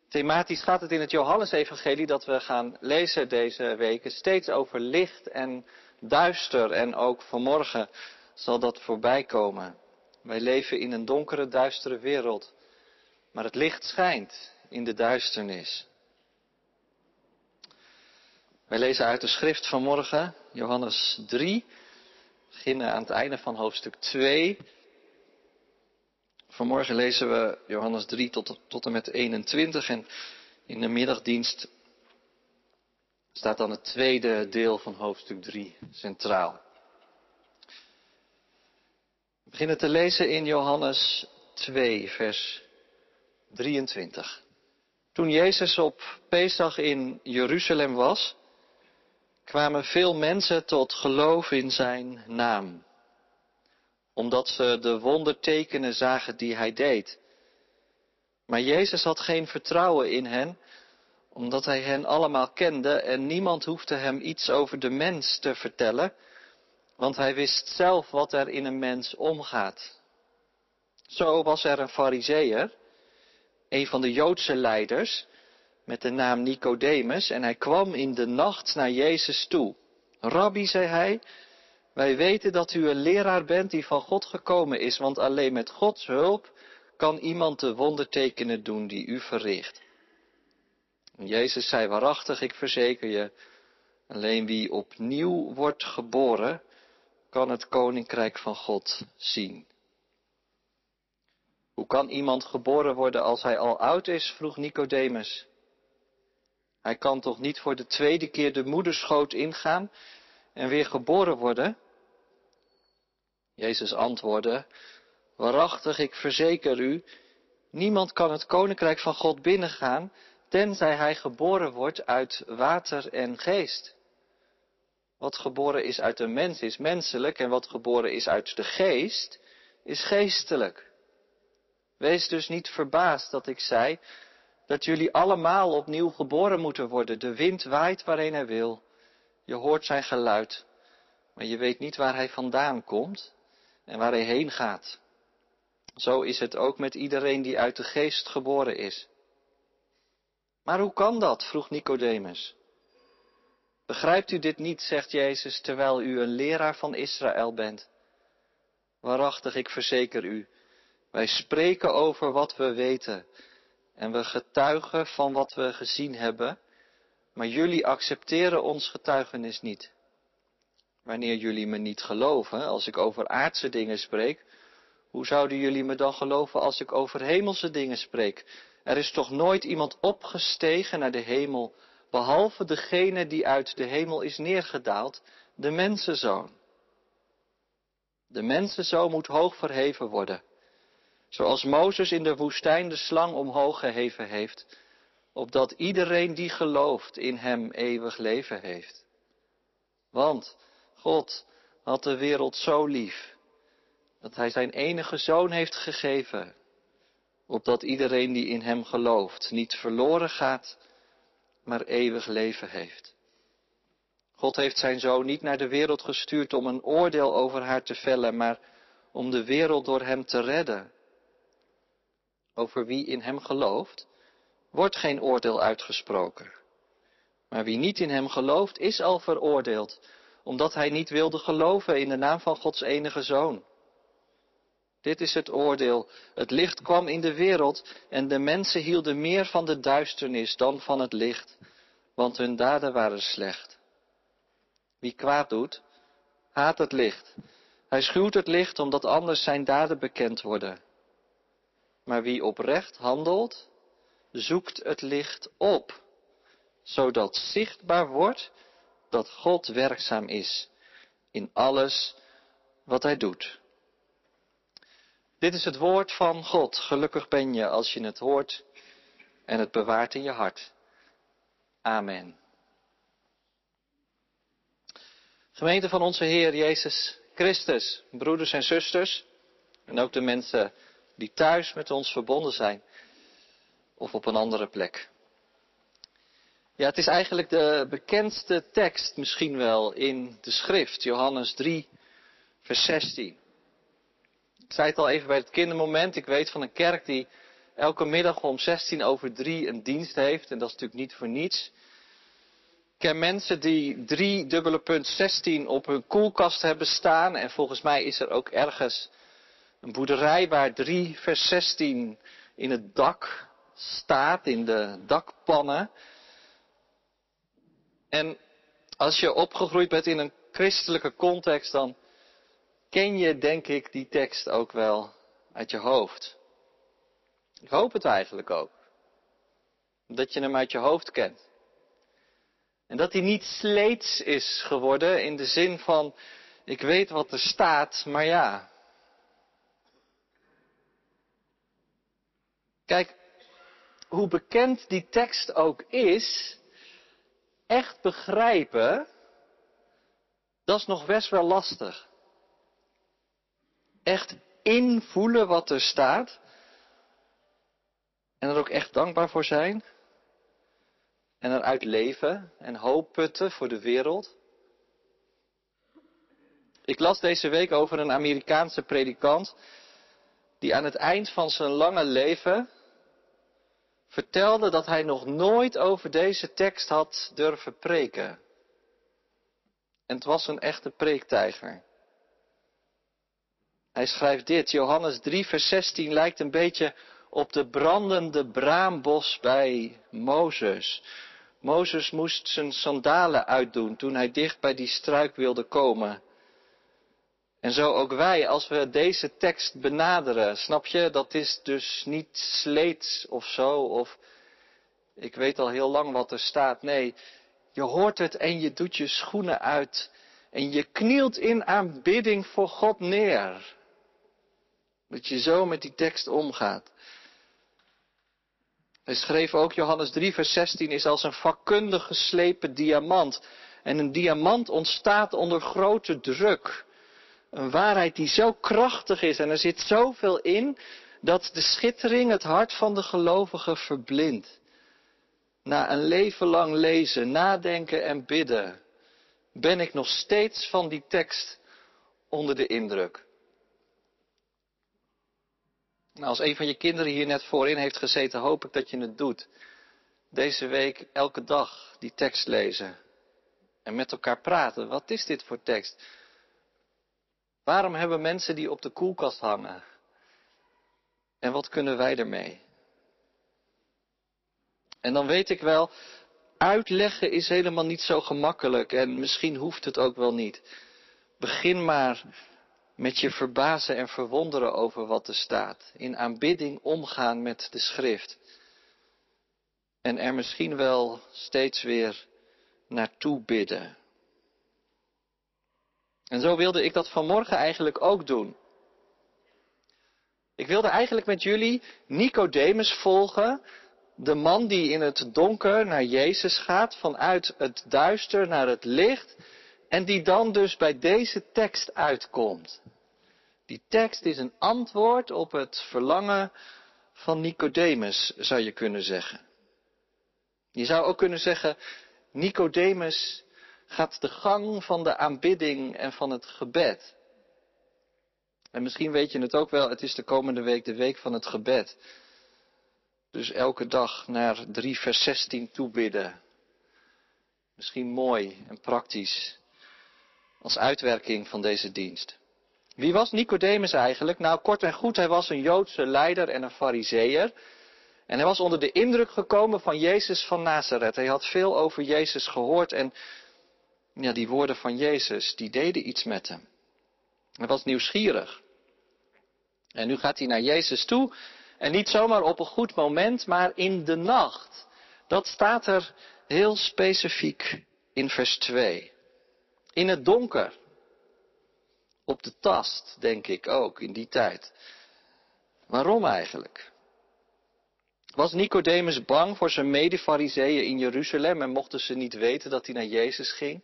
Thematisch gaat het in het Johannesevangelie dat we gaan lezen deze weken steeds over licht en duister. En ook vanmorgen zal dat voorbij komen. Wij leven in een donkere, duistere wereld. Maar het licht schijnt in de duisternis. Wij lezen uit de schrift vanmorgen, Johannes 3. We beginnen aan het einde van hoofdstuk 2. Vanmorgen lezen we Johannes 3 tot en met 21 en in de middagdienst staat dan het tweede deel van hoofdstuk 3 centraal. We beginnen te lezen in Johannes 2, vers 23. Toen Jezus op Pesach in Jeruzalem was, kwamen veel mensen tot geloof in zijn naam, omdat ze de wondertekenen zagen die hij deed. Maar Jezus had geen vertrouwen in hen, omdat hij hen allemaal kende en niemand hoefde hem iets over de mens te vertellen, want hij wist zelf wat er in een mens omgaat. Zo was er een Farizeeër, een van de Joodse leiders, met de naam Nicodemus, en hij kwam in de nacht naar Jezus toe. Rabbi, zei hij, wij weten dat u een leraar bent die van God gekomen is, want alleen met Gods hulp kan iemand de wondertekenen doen die u verricht. En Jezus zei, waarachtig, ik verzeker je, alleen wie opnieuw wordt geboren, kan het koninkrijk van God zien. Hoe kan iemand geboren worden als hij al oud is, vroeg Nicodemus. Hij kan toch niet voor de tweede keer de moederschoot ingaan en weer geboren worden? Jezus antwoordde, waarachtig, ik verzeker u, niemand kan het koninkrijk van God binnengaan, tenzij hij geboren wordt uit water en geest. Wat geboren is uit een mens is menselijk en wat geboren is uit de geest is geestelijk. Wees dus niet verbaasd dat ik zei dat jullie allemaal opnieuw geboren moeten worden. De wind waait waarheen hij wil. Je hoort zijn geluid, maar je weet niet waar hij vandaan komt en waar hij heen gaat. Zo is het ook met iedereen die uit de geest geboren is. Maar hoe kan dat? Vroeg Nicodemus. Begrijpt u dit niet, zegt Jezus, terwijl u een leraar van Israël bent? Waarachtig, ik verzeker u, wij spreken over wat we weten en we getuigen van wat we gezien hebben, maar jullie accepteren ons getuigenis niet. Wanneer jullie me niet geloven als ik over aardse dingen spreek, hoe zouden jullie me dan geloven als ik over hemelse dingen spreek? Er is toch nooit iemand opgestegen naar de hemel, behalve degene die uit de hemel is neergedaald, de mensenzoon. De mensenzoon moet hoog verheven worden, zoals Mozes in de woestijn de slang omhoog geheven heeft, opdat iedereen die gelooft in hem eeuwig leven heeft. Want God had de wereld zo lief, dat hij zijn enige zoon heeft gegeven, opdat iedereen die in hem gelooft niet verloren gaat, maar eeuwig leven heeft. God heeft zijn zoon niet naar de wereld gestuurd om een oordeel over haar te vellen, maar om de wereld door hem te redden. Over wie in hem gelooft, wordt geen oordeel uitgesproken. Maar wie niet in hem gelooft, is al veroordeeld, omdat hij niet wilde geloven in de naam van Gods enige zoon. Dit is het oordeel. Het licht kwam in de wereld en de mensen hielden meer van de duisternis dan van het licht, want hun daden waren slecht. Wie kwaad doet, haat het licht. Hij schuwt het licht omdat anders zijn daden bekend worden. Maar wie oprecht handelt, zoekt het licht op, zodat zichtbaar wordt dat God werkzaam is in alles wat hij doet. Dit is het woord van God. Gelukkig ben je als je het hoort en het bewaart in je hart. Amen. Gemeente van onze Heer Jezus Christus, broeders en zusters, en ook de mensen die thuis met ons verbonden zijn, of op een andere plek. Ja, het is eigenlijk de bekendste tekst misschien wel in de schrift, Johannes 3, vers 16. Ik zei het al even bij het kindermoment, ik weet van een kerk die elke middag om 3:16 een dienst heeft. En dat is natuurlijk niet voor niets. Ik ken mensen die 3:16 op hun koelkast hebben staan. En volgens mij is er ook ergens een boerderij waar 3:16 in het dak staat, in de dakpannen. En als je opgegroeid bent in een christelijke context, dan ken je, denk ik, die tekst ook wel uit je hoofd. Ik hoop het eigenlijk ook. Dat je hem uit je hoofd kent. En dat hij niet sleets is geworden in de zin van, ik weet wat er staat, maar ja. Kijk, hoe bekend die tekst ook is, echt begrijpen, dat is nog best wel lastig. Echt invoelen wat er staat. En er ook echt dankbaar voor zijn. En eruit leven en hoop putten voor de wereld. Ik las deze week over een Amerikaanse predikant die aan het eind van zijn lange leven vertelde dat hij nog nooit over deze tekst had durven preken. En het was een echte preektijger. Hij schrijft dit, Johannes 3:16 lijkt een beetje op de brandende braambos bij Mozes. Mozes moest zijn sandalen uitdoen toen hij dicht bij die struik wilde komen. En zo ook wij, als we deze tekst benaderen, snap je, dat is dus niet sleets of zo, of ik weet al heel lang wat er staat. Nee, je hoort het en je doet je schoenen uit en je knielt in aanbidding voor God neer. Dat je zo met die tekst omgaat. Hij schreef ook, Johannes 3:16 is als een vakkundig geslepen diamant. En een diamant ontstaat onder grote druk. Een waarheid die zo krachtig is en er zit zoveel in, dat de schittering het hart van de gelovige verblindt. Na een leven lang lezen, nadenken en bidden, ben ik nog steeds van die tekst onder de indruk. Nou, als een van je kinderen hier net voorin heeft gezeten, hoop ik dat je het doet. Deze week elke dag die tekst lezen. En met elkaar praten. Wat is dit voor tekst? Waarom hebben mensen die op de koelkast hangen? En wat kunnen wij ermee? En dan weet ik wel, uitleggen is helemaal niet zo gemakkelijk. En misschien hoeft het ook wel niet. Begin maar met je verbazen en verwonderen over wat er staat. In aanbidding omgaan met de schrift. En er misschien wel steeds weer naartoe bidden. En zo wilde ik dat vanmorgen eigenlijk ook doen. Ik wilde eigenlijk met jullie Nicodemus volgen. De man die in het donker naar Jezus gaat, vanuit het duister naar het licht. En die dan dus bij deze tekst uitkomt. Die tekst is een antwoord op het verlangen van Nicodemus, zou je kunnen zeggen. Je zou ook kunnen zeggen, Nicodemus gaat de gang van de aanbidding en van het gebed. En misschien weet je het ook wel, het is de komende week de week van het gebed. Dus elke dag naar 3:16 toebidden. Misschien mooi en praktisch als uitwerking van deze dienst. Wie was Nicodemus eigenlijk? Nou, kort en goed, hij was een Joodse leider en een Farizeeër. En hij was onder de indruk gekomen van Jezus van Nazareth. Hij had veel over Jezus gehoord en ja, die woorden van Jezus, die deden iets met hem. Hij was nieuwsgierig. En nu gaat hij naar Jezus toe. En niet zomaar op een goed moment, maar in de nacht. Dat staat er heel specifiek in vers 2. In het donker. Op de tast, denk ik ook, in die tijd. Waarom eigenlijk? Was Nicodemus bang voor zijn mede-farizeeën in Jeruzalem en mochten ze niet weten dat hij naar Jezus ging?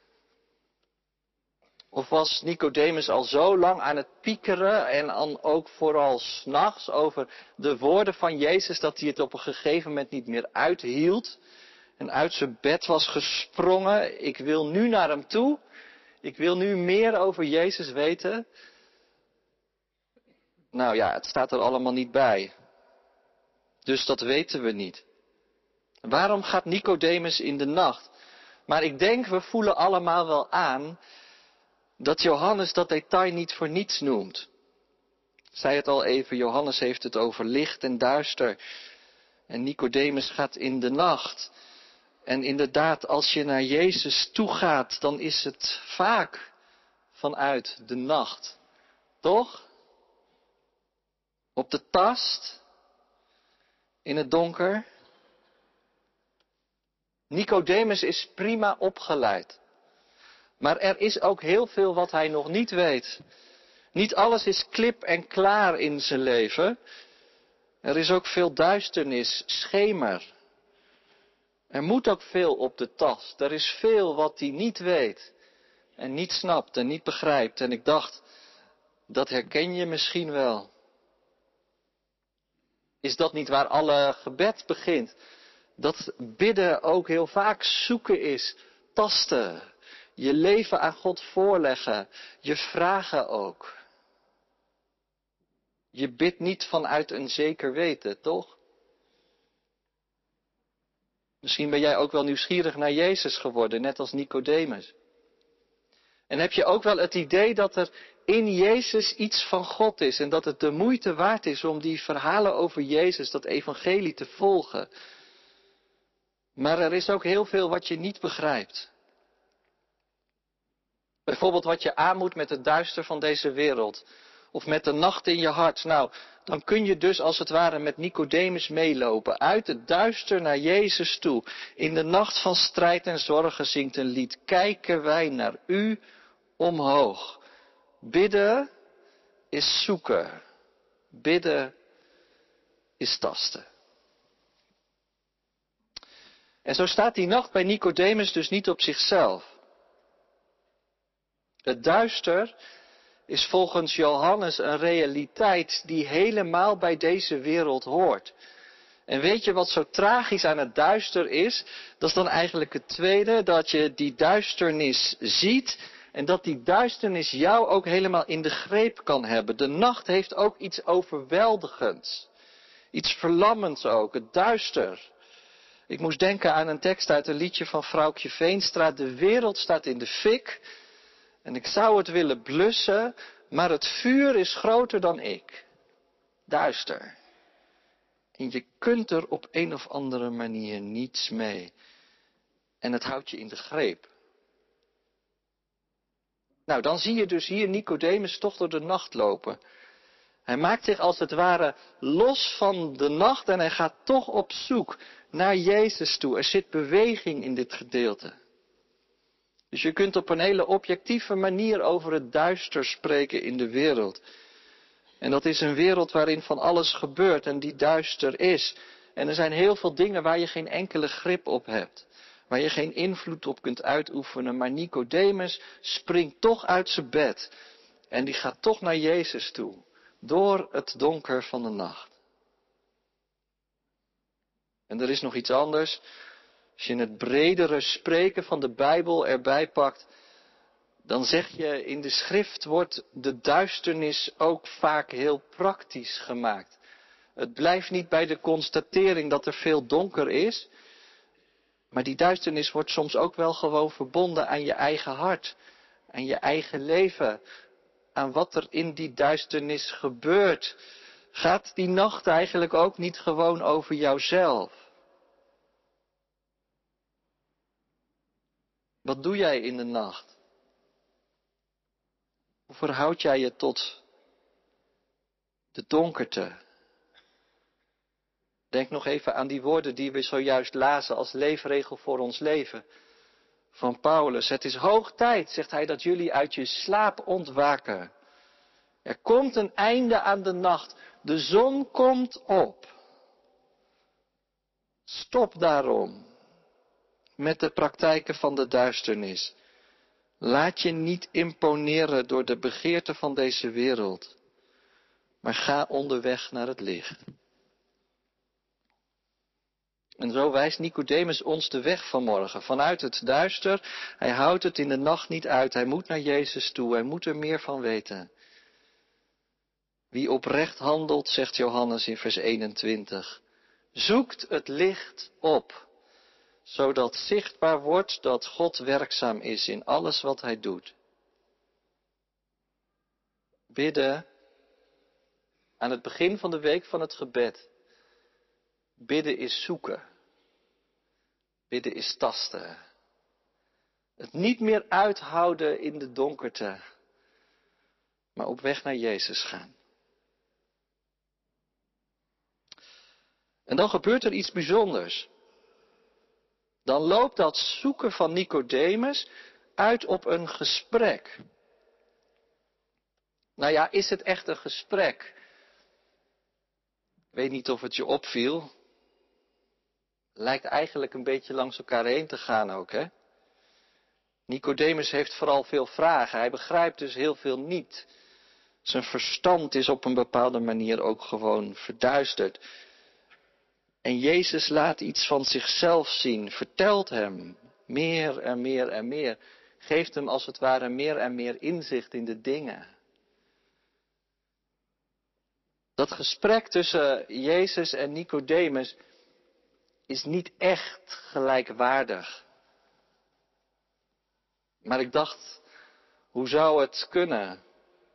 Of was Nicodemus al zo lang aan het piekeren en dan ook vooral 's nachts over de woorden van Jezus dat hij het op een gegeven moment niet meer uithield en uit zijn bed was gesprongen? Ik wil nu naar hem toe. Ik wil nu meer over Jezus weten. Nou ja, het staat er allemaal niet bij. Dus dat weten we niet. Waarom gaat Nicodemus in de nacht? Maar ik denk, we voelen allemaal wel aan dat Johannes dat detail niet voor niets noemt. Ik zei het al even, Johannes heeft het over licht en duister. En Nicodemus gaat in de nacht. En inderdaad, als je naar Jezus toe gaat, dan is het vaak vanuit de nacht. Toch? Op de tast, in het donker. Nicodemus is prima opgeleid. Maar er is ook heel veel wat hij nog niet weet. Niet alles is klip en klaar in zijn leven. Er is ook veel duisternis, schemer. Er moet ook veel op de tast. Er is veel wat hij niet weet. En niet snapt en niet begrijpt. En ik dacht, dat herken je misschien wel. Is dat niet waar alle gebed begint? Dat bidden ook heel vaak zoeken is, tasten. Je leven aan God voorleggen. Je vragen ook. Je bidt niet vanuit een zeker weten, toch? Misschien ben jij ook wel nieuwsgierig naar Jezus geworden, net als Nicodemus. En heb je ook wel het idee dat er in Jezus iets van God is en dat het de moeite waard is om die verhalen over Jezus, dat evangelie te volgen. Maar er is ook heel veel wat je niet begrijpt. Bijvoorbeeld wat je aan moet met het duister van deze wereld. Of met de nacht in je hart. Nou, dan kun je dus als het ware met Nicodemus meelopen. Uit het duister naar Jezus toe. In de nacht van strijd en zorgen zingt een lied. Kijken wij naar u omhoog. Bidden is zoeken. Bidden is tasten. En zo staat die nacht bij Nicodemus dus niet op zichzelf. Het duister is volgens Johannes een realiteit die helemaal bij deze wereld hoort. En weet je wat zo tragisch aan het duister is? Dat is dan eigenlijk het tweede, dat je die duisternis ziet en dat die duisternis jou ook helemaal in de greep kan hebben. De nacht heeft ook iets overweldigends. Iets verlammends ook, het duister. Ik moest denken aan een tekst uit een liedje van Vrouwtje Veenstra. De wereld staat in de fik en ik zou het willen blussen, maar het vuur is groter dan ik. Duister. En je kunt er op een of andere manier niets mee. En het houdt je in de greep. Nou, dan zie je dus hier Nicodemus toch door de nacht lopen. Hij maakt zich als het ware los van de nacht en hij gaat toch op zoek naar Jezus toe. Er zit beweging in dit gedeelte. Dus je kunt op een hele objectieve manier over het duister spreken in de wereld. En dat is een wereld waarin van alles gebeurt en die duister is. En er zijn heel veel dingen waar je geen enkele grip op hebt. Waar je geen invloed op kunt uitoefenen. Maar Nicodemus springt toch uit zijn bed. En die gaat toch naar Jezus toe. Door het donker van de nacht. En er is nog iets anders. Als je het bredere spreken van de Bijbel erbij pakt, dan zeg je in de schrift wordt de duisternis ook vaak heel praktisch gemaakt. Het blijft niet bij de constatering dat er veel donker is, maar die duisternis wordt soms ook wel gewoon verbonden aan je eigen hart, aan je eigen leven, aan wat er in die duisternis gebeurt. Gaat die nacht eigenlijk ook niet gewoon over jouzelf? Wat doe jij in de nacht? Hoe verhoud jij je tot de donkerte? Denk nog even aan die woorden die we zojuist lazen als leefregel voor ons leven. Van Paulus. Het is hoog tijd, zegt hij, dat jullie uit je slaap ontwaken. Er komt een einde aan de nacht. De zon komt op. Stop daarom met de praktijken van de duisternis. Laat je niet imponeren door de begeerten van deze wereld. Maar ga onderweg naar het licht. En zo wijst Nicodemus ons de weg vanmorgen. Vanuit het duister. Hij houdt het in de nacht niet uit. Hij moet naar Jezus toe. Hij moet er meer van weten. Wie oprecht handelt, zegt Johannes in vers 21, Zoekt het licht op, zodat zichtbaar wordt dat God werkzaam is in alles wat hij doet. Bidden aan het begin van de week van het gebed. Bidden is zoeken. Bidden is tasten. Het niet meer uithouden in de donkerte, maar op weg naar Jezus gaan. En dan gebeurt er iets bijzonders. Dan loopt dat zoeken van Nicodemus uit op een gesprek. Nou ja, is het echt een gesprek? Ik weet niet of het je opviel. Lijkt eigenlijk een beetje langs elkaar heen te gaan ook, hè? Nicodemus heeft vooral veel vragen. Hij begrijpt dus heel veel niet. Zijn verstand is op een bepaalde manier ook gewoon verduisterd. En Jezus laat iets van zichzelf zien, vertelt hem meer en meer en meer. Geeft hem als het ware meer en meer inzicht in de dingen. Dat gesprek tussen Jezus en Nicodemus is niet echt gelijkwaardig. Maar ik dacht, hoe zou het kunnen?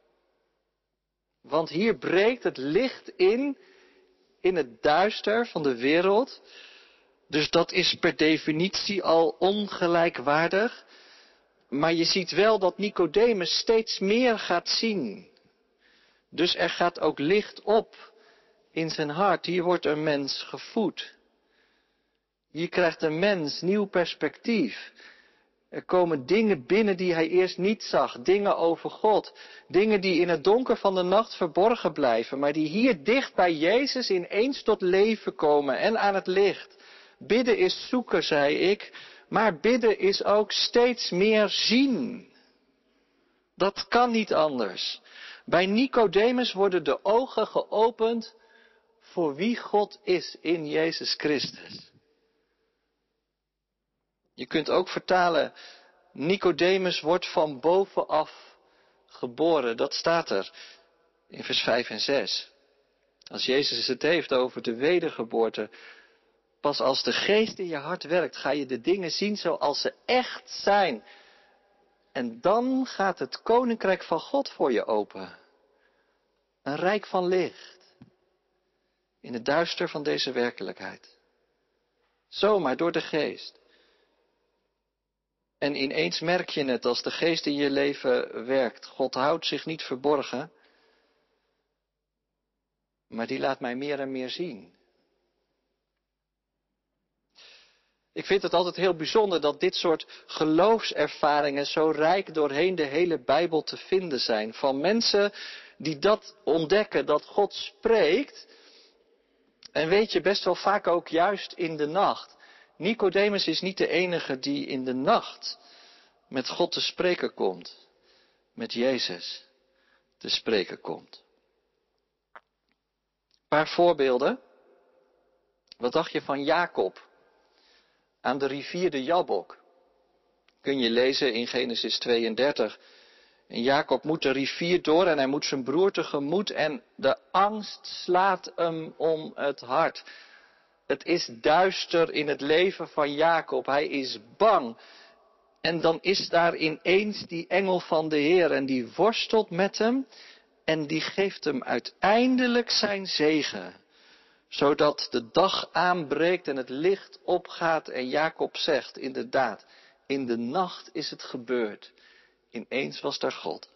Want hier breekt het licht in het duister van de wereld. Dus dat is per definitie al ongelijkwaardig. Maar je ziet wel dat Nicodemus steeds meer gaat zien. Dus er gaat ook licht op in zijn hart. Hier wordt een mens gevoed. Hier krijgt een mens nieuw perspectief. Er komen dingen binnen die hij eerst niet zag. Dingen over God. Dingen die in het donker van de nacht verborgen blijven. Maar die hier dicht bij Jezus ineens tot leven komen en aan het licht. Bidden is zoeken, zei ik. Maar bidden is ook steeds meer zien. Dat kan niet anders. Bij Nicodemus worden de ogen geopend voor wie God is in Jezus Christus. Je kunt ook vertalen, Nicodemus wordt van bovenaf geboren. Dat staat er in vers 5 en 6. Als Jezus het heeft over de wedergeboorte. Pas als de geest in je hart werkt, ga je de dingen zien zoals ze echt zijn. En dan gaat het koninkrijk van God voor je open. Een rijk van licht. In het duister van deze werkelijkheid. Zomaar door de geest. En ineens merk je het als de geest in je leven werkt. God houdt zich niet verborgen. Maar die laat mij meer en meer zien. Ik vind het altijd heel bijzonder dat dit soort geloofservaringen zo rijk doorheen de hele Bijbel te vinden zijn. Van mensen die dat ontdekken, dat God spreekt. En weet je, best wel vaak ook juist in de nacht. Nicodemus is niet de enige die in de nacht met God te spreken komt. Met Jezus te spreken komt. Een paar voorbeelden. Wat dacht je van Jacob? Aan de rivier de Jabbok. Kun je lezen in Genesis 32. En Jacob moet de rivier door en hij moet zijn broer tegemoet en de angst slaat hem om het hart. Het is duister in het leven van Jacob. Hij is bang. En dan is daar ineens die engel van de Heer en die worstelt met hem en die geeft hem uiteindelijk zijn zegen. Zodat de dag aanbreekt en het licht opgaat en Jacob zegt, inderdaad, in de nacht is het gebeurd. Ineens was daar God.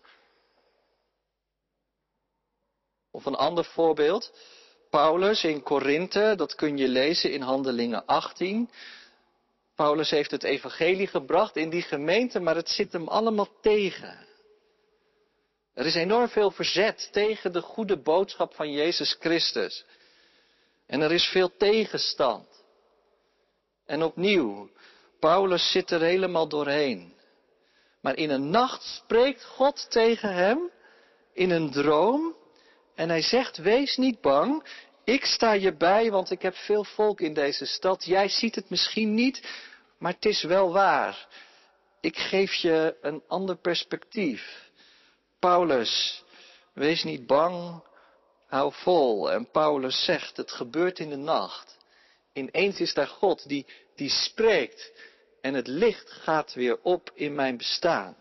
Of een ander voorbeeld. Paulus in Korinthe, dat kun je lezen in Handelingen 18. Paulus heeft het evangelie gebracht in die gemeente, maar het zit hem allemaal tegen. Er is enorm veel verzet tegen de goede boodschap van Jezus Christus. En er is veel tegenstand. En opnieuw, Paulus zit er helemaal doorheen. Maar in een nacht spreekt God tegen hem, in een droom. En hij zegt, wees niet bang, ik sta je bij, want ik heb veel volk in deze stad. Jij ziet het misschien niet, maar het is wel waar. Ik geef je een ander perspectief. Paulus, wees niet bang, hou vol. En Paulus zegt, het gebeurt in de nacht. Ineens is daar God die spreekt en het licht gaat weer op in mijn bestaan.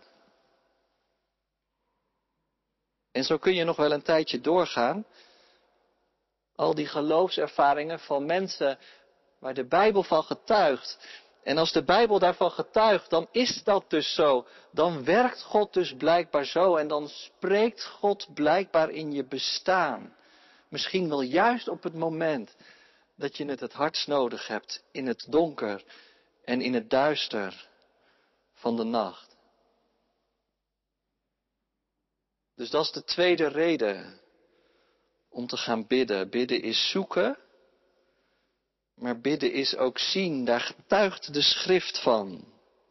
En zo kun je nog wel een tijdje doorgaan. Al die geloofservaringen van mensen waar de Bijbel van getuigt. En als de Bijbel daarvan getuigt, dan is dat dus zo. Dan werkt God dus blijkbaar zo en dan spreekt God blijkbaar in je bestaan. Misschien wel juist op het moment dat je het hardst nodig hebt, in het donker en in het duister van de nacht. Dus dat is de tweede reden om te gaan bidden. Bidden is zoeken, maar bidden is ook zien. Daar getuigt de schrift van.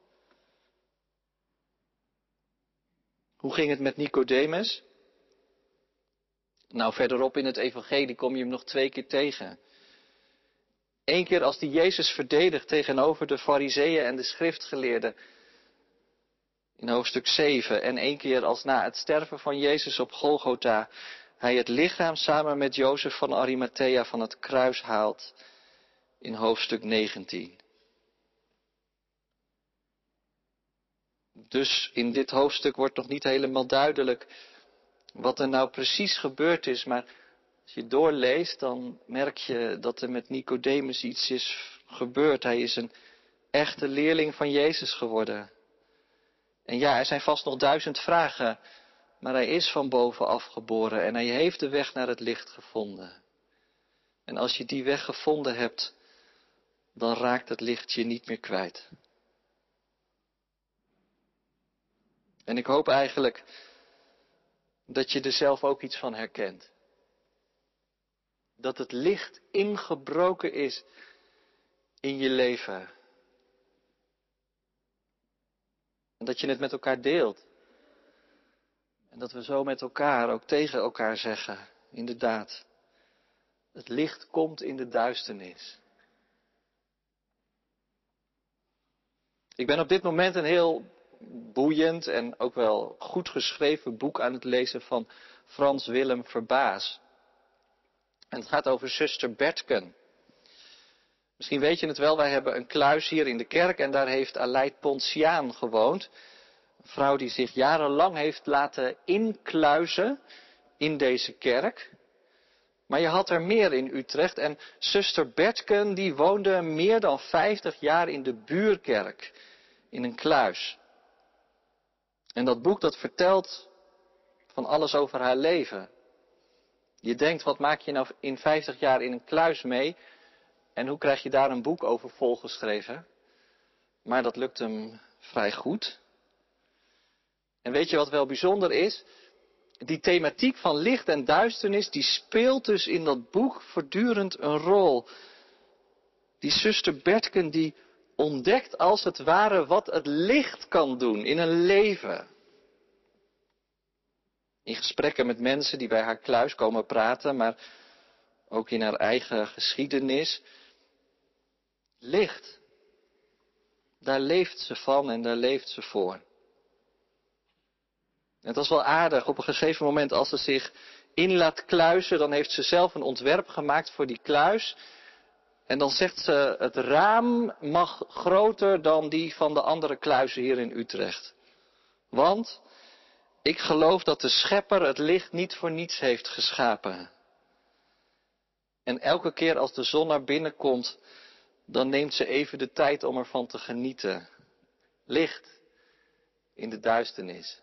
Hoe ging het met Nicodemus? Nou, verderop in het evangelie kom je hem nog 2 keer tegen. 1 keer als hij Jezus verdedigt tegenover de Farizeeën en de schriftgeleerden. In hoofdstuk 7. En 1 keer als na het sterven van Jezus op Golgotha hij het lichaam samen met Jozef van Arimathea van het kruis haalt. In hoofdstuk 19. Dus in dit hoofdstuk wordt nog niet helemaal duidelijk wat er nou precies gebeurd is. Maar als je doorleest, dan merk je dat er met Nicodemus iets is gebeurd. Hij is een echte leerling van Jezus geworden. En ja, er zijn vast nog 1000 vragen, maar hij is van bovenaf geboren en hij heeft de weg naar het licht gevonden. En als je die weg gevonden hebt, dan raakt het licht je niet meer kwijt. En ik hoop eigenlijk dat je er zelf ook iets van herkent. Dat het licht ingebroken is in je leven. En dat je het met elkaar deelt. En dat we zo met elkaar, ook tegen elkaar zeggen, inderdaad, het licht komt in de duisternis. Ik ben op dit moment een heel boeiend en ook wel goed geschreven boek aan het lezen van Frans Willem Verbaas. En het gaat over zuster Bertken. Misschien weet je het wel, wij hebben een kluis hier in de kerk en daar heeft Aleid Ponciaan gewoond. Een vrouw die zich jarenlang heeft laten inkluizen in deze kerk. Maar je had er meer in Utrecht en zuster Bertken die woonde meer dan 50 jaar in de buurkerk, in een kluis. En dat boek dat vertelt van alles over haar leven. Je denkt, wat maak je nou in 50 jaar in een kluis mee? En hoe krijg je daar een boek over volgeschreven? Maar dat lukt hem vrij goed. En weet je wat wel bijzonder is? Die thematiek van licht en duisternis, die speelt dus in dat boek voortdurend een rol. Die zuster Bertken die ontdekt als het ware wat het licht kan doen in een leven. In gesprekken met mensen die bij haar kluis komen praten, maar ook in haar eigen geschiedenis. Licht. Daar leeft ze van en daar leeft ze voor. En het was wel aardig, op een gegeven moment als ze zich in laat kluizen, dan heeft ze zelf een ontwerp gemaakt voor die kluis. En dan zegt ze, het raam mag groter dan die van de andere kluizen hier in Utrecht. Want ik geloof dat de schepper het licht niet voor niets heeft geschapen. En elke keer als de zon naar binnen komt, dan neemt ze even de tijd om ervan te genieten. Licht in de duisternis.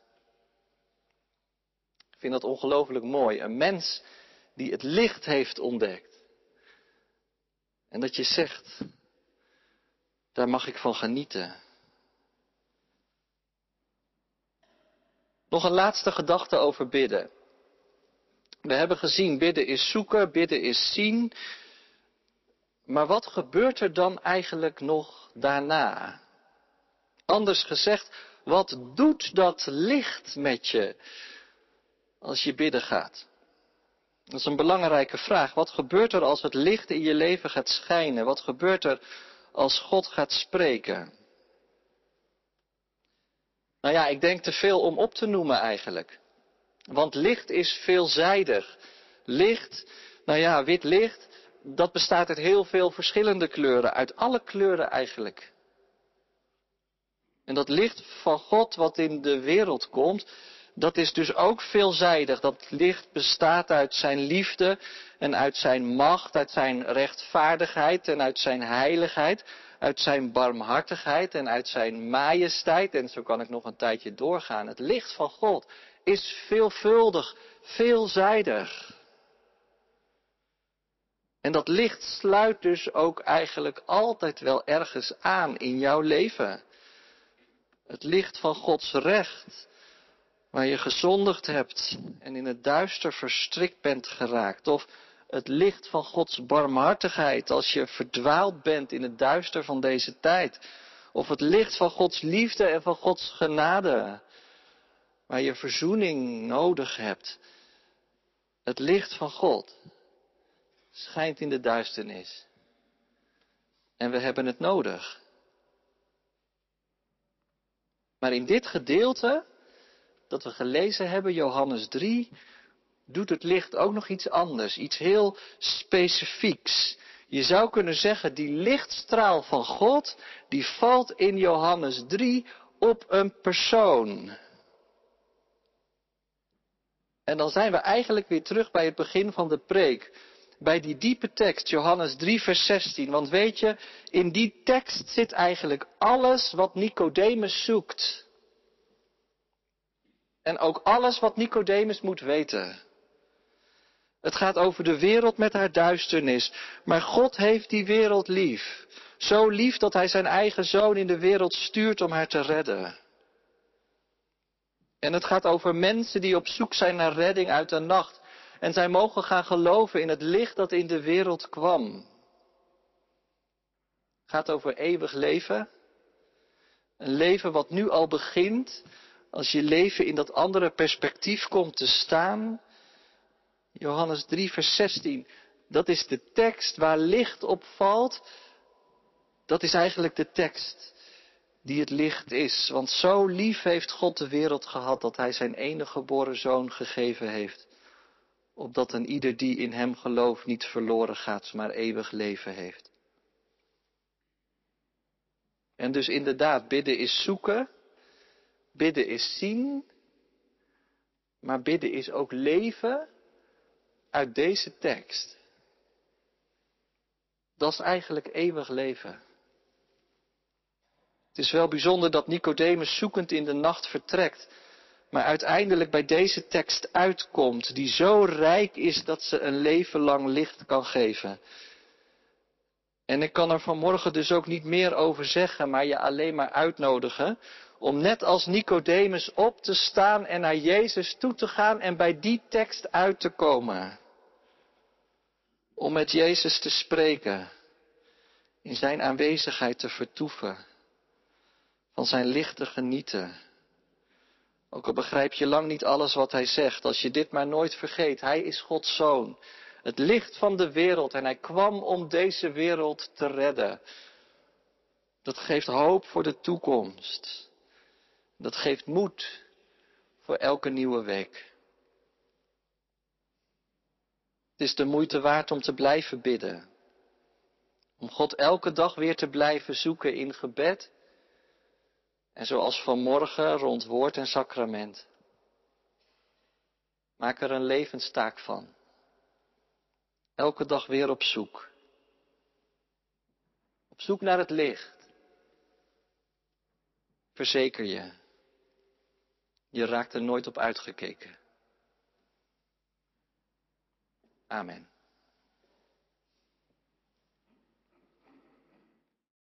Ik vind dat ongelooflijk mooi. Een mens die het licht heeft ontdekt. En dat je zegt, daar mag ik van genieten. Nog een laatste gedachte over bidden. We hebben gezien, bidden is zoeken, bidden is zien. Maar wat gebeurt er dan eigenlijk nog daarna? Anders gezegd, wat doet dat licht met je als je bidden gaat? Dat is een belangrijke vraag. Wat gebeurt er als het licht in je leven gaat schijnen? Wat gebeurt er als God gaat spreken? Nou ja, ik denk te veel om op te noemen eigenlijk. Want licht is veelzijdig. Licht, nou ja, wit licht, dat bestaat uit heel veel verschillende kleuren, uit alle kleuren eigenlijk. En dat licht van God wat in de wereld komt, dat is dus ook veelzijdig. Dat licht bestaat uit zijn liefde en uit zijn macht, uit zijn rechtvaardigheid en uit zijn heiligheid, uit zijn barmhartigheid en uit zijn majesteit. En zo kan ik nog een tijdje doorgaan. Het licht van God is veelvuldig, veelzijdig. En dat licht sluit dus ook eigenlijk altijd wel ergens aan in jouw leven. Het licht van Gods recht, waar je gezondigd hebt en in het duister verstrikt bent geraakt. Of het licht van Gods barmhartigheid als je verdwaald bent in het duister van deze tijd. Of het licht van Gods liefde en van Gods genade, waar je verzoening nodig hebt. Het licht van God schijnt in de duisternis. En we hebben het nodig. Maar in dit gedeelte dat we gelezen hebben, Johannes 3, doet het licht ook nog iets anders. Iets heel specifieks. Je zou kunnen zeggen, die lichtstraal van God, die valt in Johannes 3 op een persoon. En dan zijn we eigenlijk weer terug bij het begin van de preek. Bij die diepe tekst, Johannes 3 vers 16. Want weet je, in die tekst zit eigenlijk alles wat Nicodemus zoekt. En ook alles wat Nicodemus moet weten. Het gaat over de wereld met haar duisternis. Maar God heeft die wereld lief. Zo lief dat hij zijn eigen zoon in de wereld stuurt om haar te redden. En het gaat over mensen die op zoek zijn naar redding uit de nacht. En zij mogen gaan geloven in het licht dat in de wereld kwam. Het gaat over eeuwig leven. Een leven wat nu al begint. Als je leven in dat andere perspectief komt te staan. Johannes 3 vers 16. Dat is de tekst waar licht op valt. Dat is eigenlijk de tekst die het licht is. Want zo lief heeft God de wereld gehad dat hij zijn enige geboren zoon gegeven heeft. Opdat een ieder die in hem gelooft niet verloren gaat, maar eeuwig leven heeft. En dus inderdaad, bidden is zoeken. Bidden is zien. Maar bidden is ook leven uit deze tekst. Dat is eigenlijk eeuwig leven. Het is wel bijzonder dat Nicodemus zoekend in de nacht vertrekt, maar uiteindelijk bij deze tekst uitkomt, die zo rijk is dat ze een leven lang licht kan geven. En ik kan er vanmorgen dus ook niet meer over zeggen, maar je alleen maar uitnodigen om net als Nicodemus op te staan en naar Jezus toe te gaan en bij die tekst uit te komen. Om met Jezus te spreken, in zijn aanwezigheid te vertoeven, van zijn licht te genieten. Ook al begrijp je lang niet alles wat hij zegt, als je dit maar nooit vergeet, hij is Gods zoon. Het licht van de wereld en hij kwam om deze wereld te redden. Dat geeft hoop voor de toekomst. Dat geeft moed voor elke nieuwe week. Het is de moeite waard om te blijven bidden. Om God elke dag weer te blijven zoeken in gebed. En zoals vanmorgen rond woord en sacrament. Maak er een levenstaak van. Elke dag weer op zoek. Op zoek naar het licht. Verzeker je. Je raakt er nooit op uitgekeken. Amen.